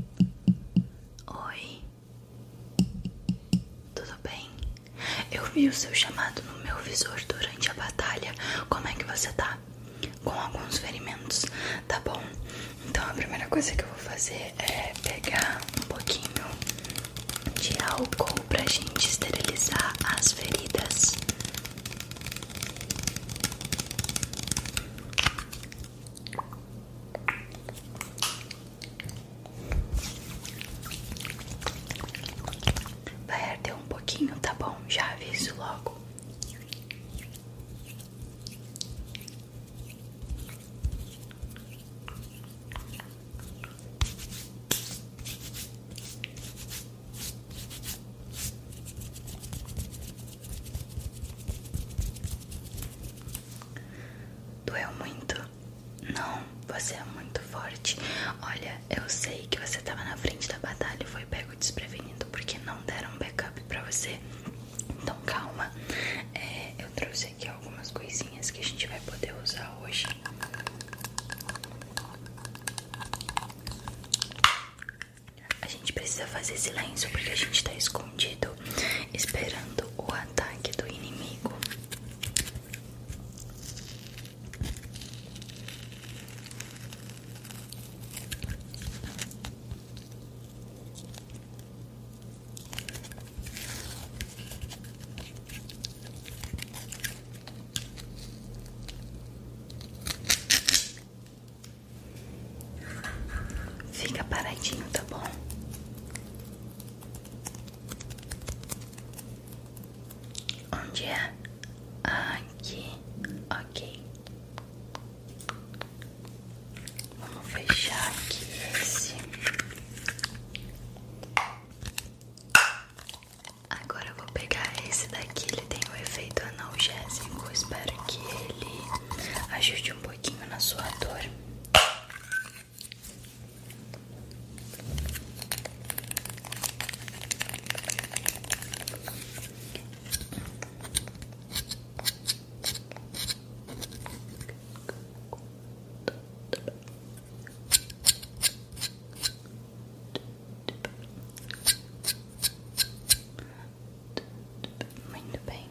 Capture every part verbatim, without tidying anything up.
Oi, tudo bem? Eu vi o seu chamado no meu visor durante a batalha. Como é que você tá? Com alguns ferimentos, tá bom? Então a primeira coisa que eu vou fazer é pegar um pouquinho de álcool pra gente esterilizar as feridas. Vai arder um pouquinho, tá bom? Já aviso logo. Doeu muito? Não, você é muito forte. Olha, eu sei que você tava na frente da batalha e foi pego desprevenido porque não deram backup pra você. Então calma, é, eu trouxe aqui algumas coisinhas que a gente vai poder usar hoje. A gente precisa fazer silêncio porque a gente tá escondido, esperando o ataque do inimigo. Fica paradinho, tá bom? Onde é? Aqui. Ok. Vamos fechar aqui esse. Agora eu vou pegar esse daqui. Ele tem o efeito analgésico. Espero que ele ajude um pouquinho na sua dor. Muito bem.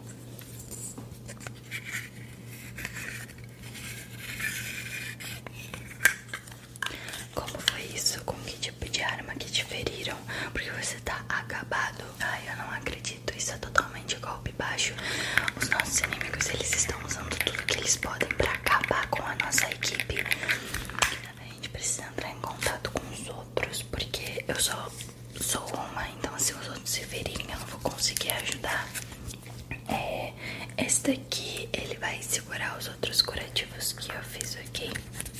Como foi isso? Com que tipo de arma que te feriram? Porque você tá acabado. Ai, eu não acredito. Isso é totalmente golpe baixo. Os nossos inimigos, eles estão usando tudo que eles podem pra acabar com a nossa equipe. A gente precisa entrar em contato com os outros, porque eu só sou uma, então se os outros se ferirem eu não vou conseguir ajudar. É, esse daqui, ele vai segurar os outros curativos que eu fiz, ok?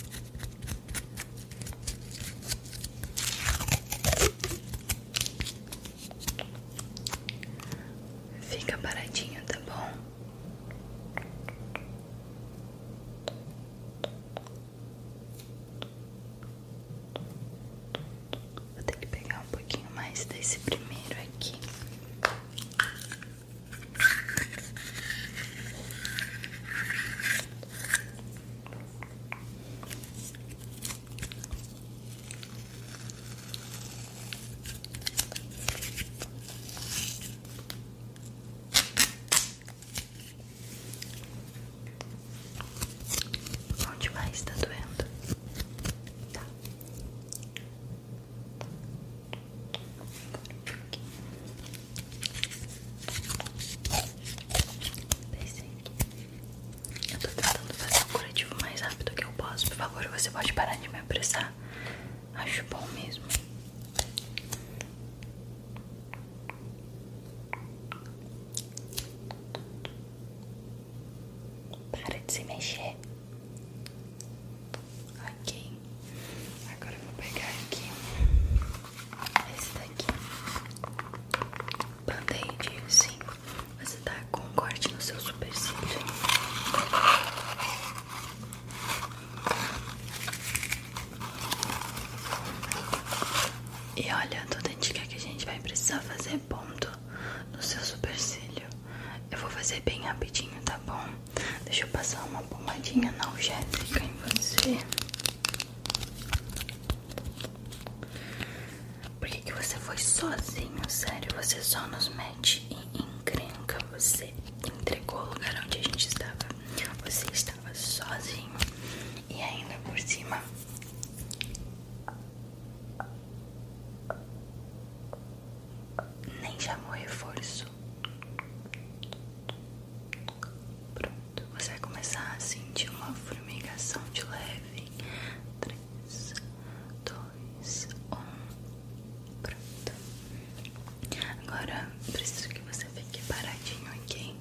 Fica paradinho, tá bom? Vou ter que pegar um pouquinho mais desse primeiro aqui. Onde mais tá doendo? Tá. Esse aqui. Eu tô tentando fazer o curativo mais rápido que eu posso. Por favor, você pode parar de me apressar. Acho bom mesmo. Para de se mexer. Ok. Agora eu vou pegar aqui esse daqui. Band-aid, sim. Você tá com um corte no seu supercílio. E olha, tudo indica que a gente vai precisar fazer ponto no seu supercílio. Eu vou fazer bem rapidinho, tá bom? Deixa eu passar uma pomadinha analgésica em você. faz sozinho, sério. Você só nos mete em encrenca. Você entregou o lugar onde a gente estava. Você estava sozinho. E ainda por cima nem chamou reforço. Pronto, você vai começar a sentir uma formigação de leve. Três, dois, um. Pronto. Agora preciso que você fique paradinho, ok?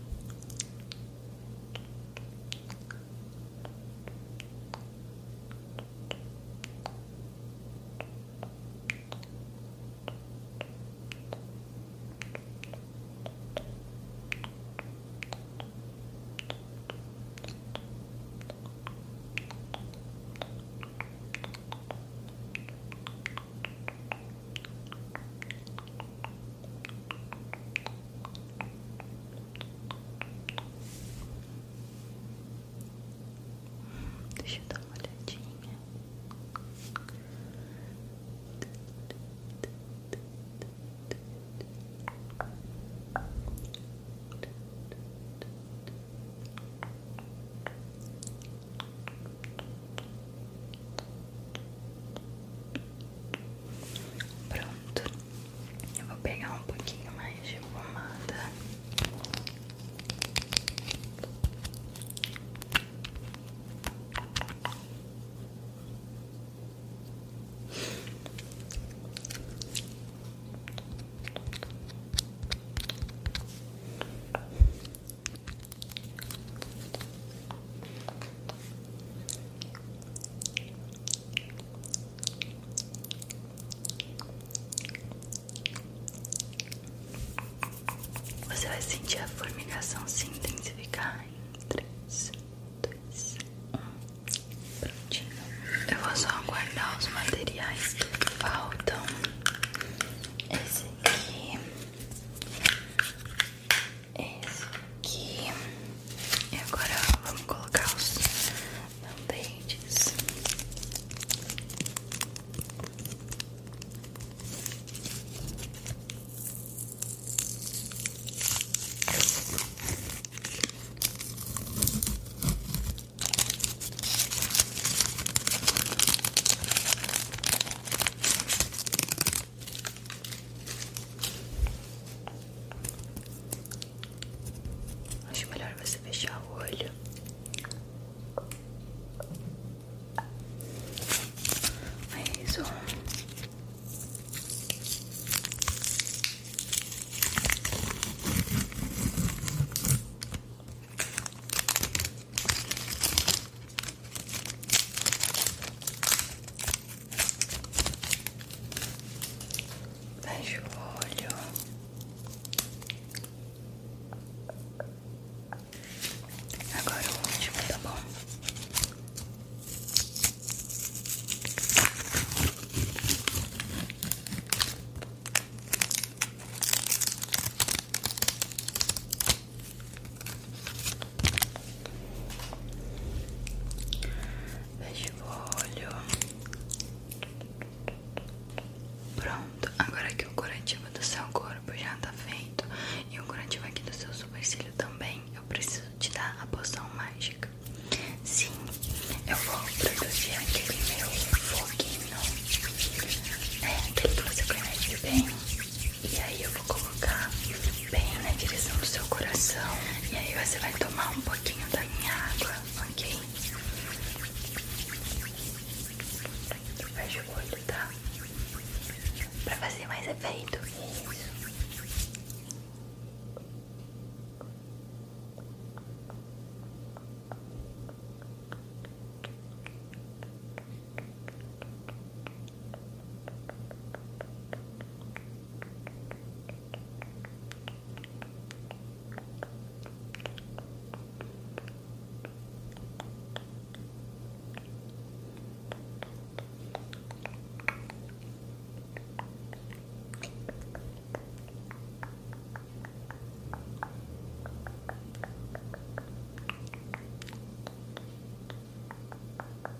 Deixa eu dar uma olhadinha. Pronto. Eu vou pegar um pouquinho mais de pomada. Você vai sentir a formigação se intensificar em três, dois, um. Prontinho. Eu vou só guardar os materiais que faltam. Esse aqui, esse aqui. E agora vamos colocar os band-aids. Acho melhor você fechar o olho. É isso. Fecha o olho. Agora o último, tá bom? Fecha o olho. Pronto, agora que o curativo do seu corpo já tá feito e o curativo aqui do seu supercílio também, eu preciso te dar a poção mágica. Sim, eu vou produzir aquele meu foguinho, é aquele que você conhece bem. E aí eu vou colocar bem na direção do seu coração. E aí você vai tomar um pouquinho da minha água, ok? Fecha o olho, tá? Pra fazer mais efeito. Isso.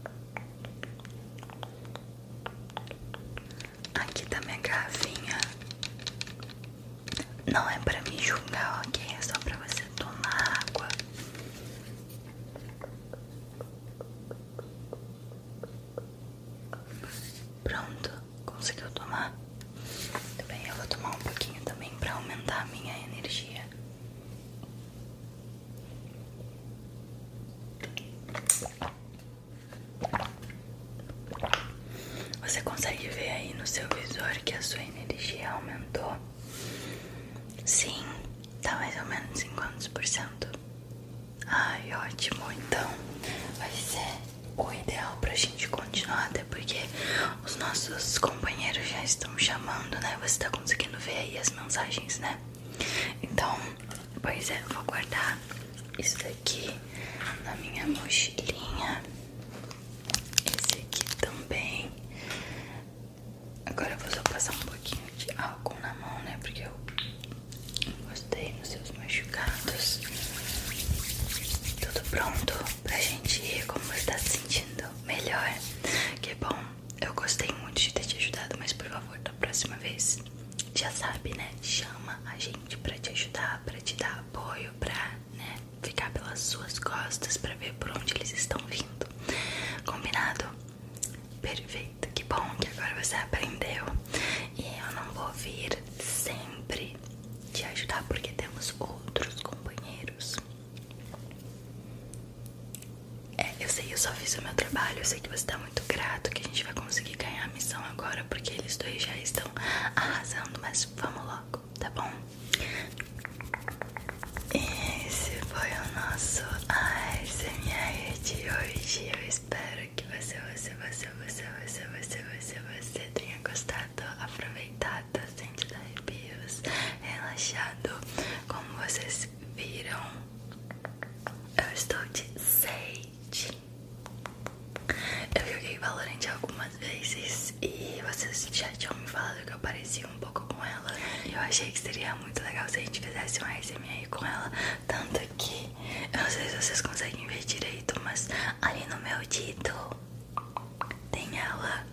Aqui tá minha garrafinha Não é pra me julgar, ok? É só pra você tomar água. Pronto, conseguiu tomar? Tudo bem, eu vou tomar um pouquinho também pra aumentar a minha energia. Você consegue ver aí no seu visor que a sua energia aumentou? Sim, tá mais ou menos em quantos por cento? Ai, ótimo, então vai ser o ideal pra gente continuar, até porque os nossos companheiros já estão chamando, né? Você tá conseguindo ver aí as mensagens, né? Então, pois é, vou guardar isso daqui na minha mochilinha. Esse aqui também. Agora eu vou só passar um pouquinho de álcool na mão, né? Porque eu encostei nos seus machucados. Tudo pronto pra gente ir? Como você tá se sentindo? Melhor? Que bom. Eu gostei muito de ter te ajudado, mas por favor, da próxima vez, já sabe, né? Chama a gente pra te ajudar, pra te dar apoio, pra, né, ficar pelas suas costas, pra ver por onde eles estão vindo. Combinado? Perfeito, que bom que agora você aprendeu. E eu não vou vir sempre te ajudar porque temos outros companheiros. É, eu sei, eu só fiz o meu trabalho. Eu sei que você tá muito grato, que a gente vai conseguir ganhar a missão agora, porque eles dois já estão arrasando. Mas vamos logo, tá bom? Esse foi o nosso A S M R de hoje. Eu espero que você, você, você, você, você, você, você, você tenha gostado, aproveitado, sentido arrepios, relaxado. Como vocês viram, eu estou de Sage. Eu joguei Valorant algumas vezes e vocês já tinham me falado que eu parecia um pouco com ela. E eu achei que seria muito legal se a gente fizesse um A S M R com ela. Tanto que, eu não sei se vocês conseguem ver direito, mas ali no meu título tem ela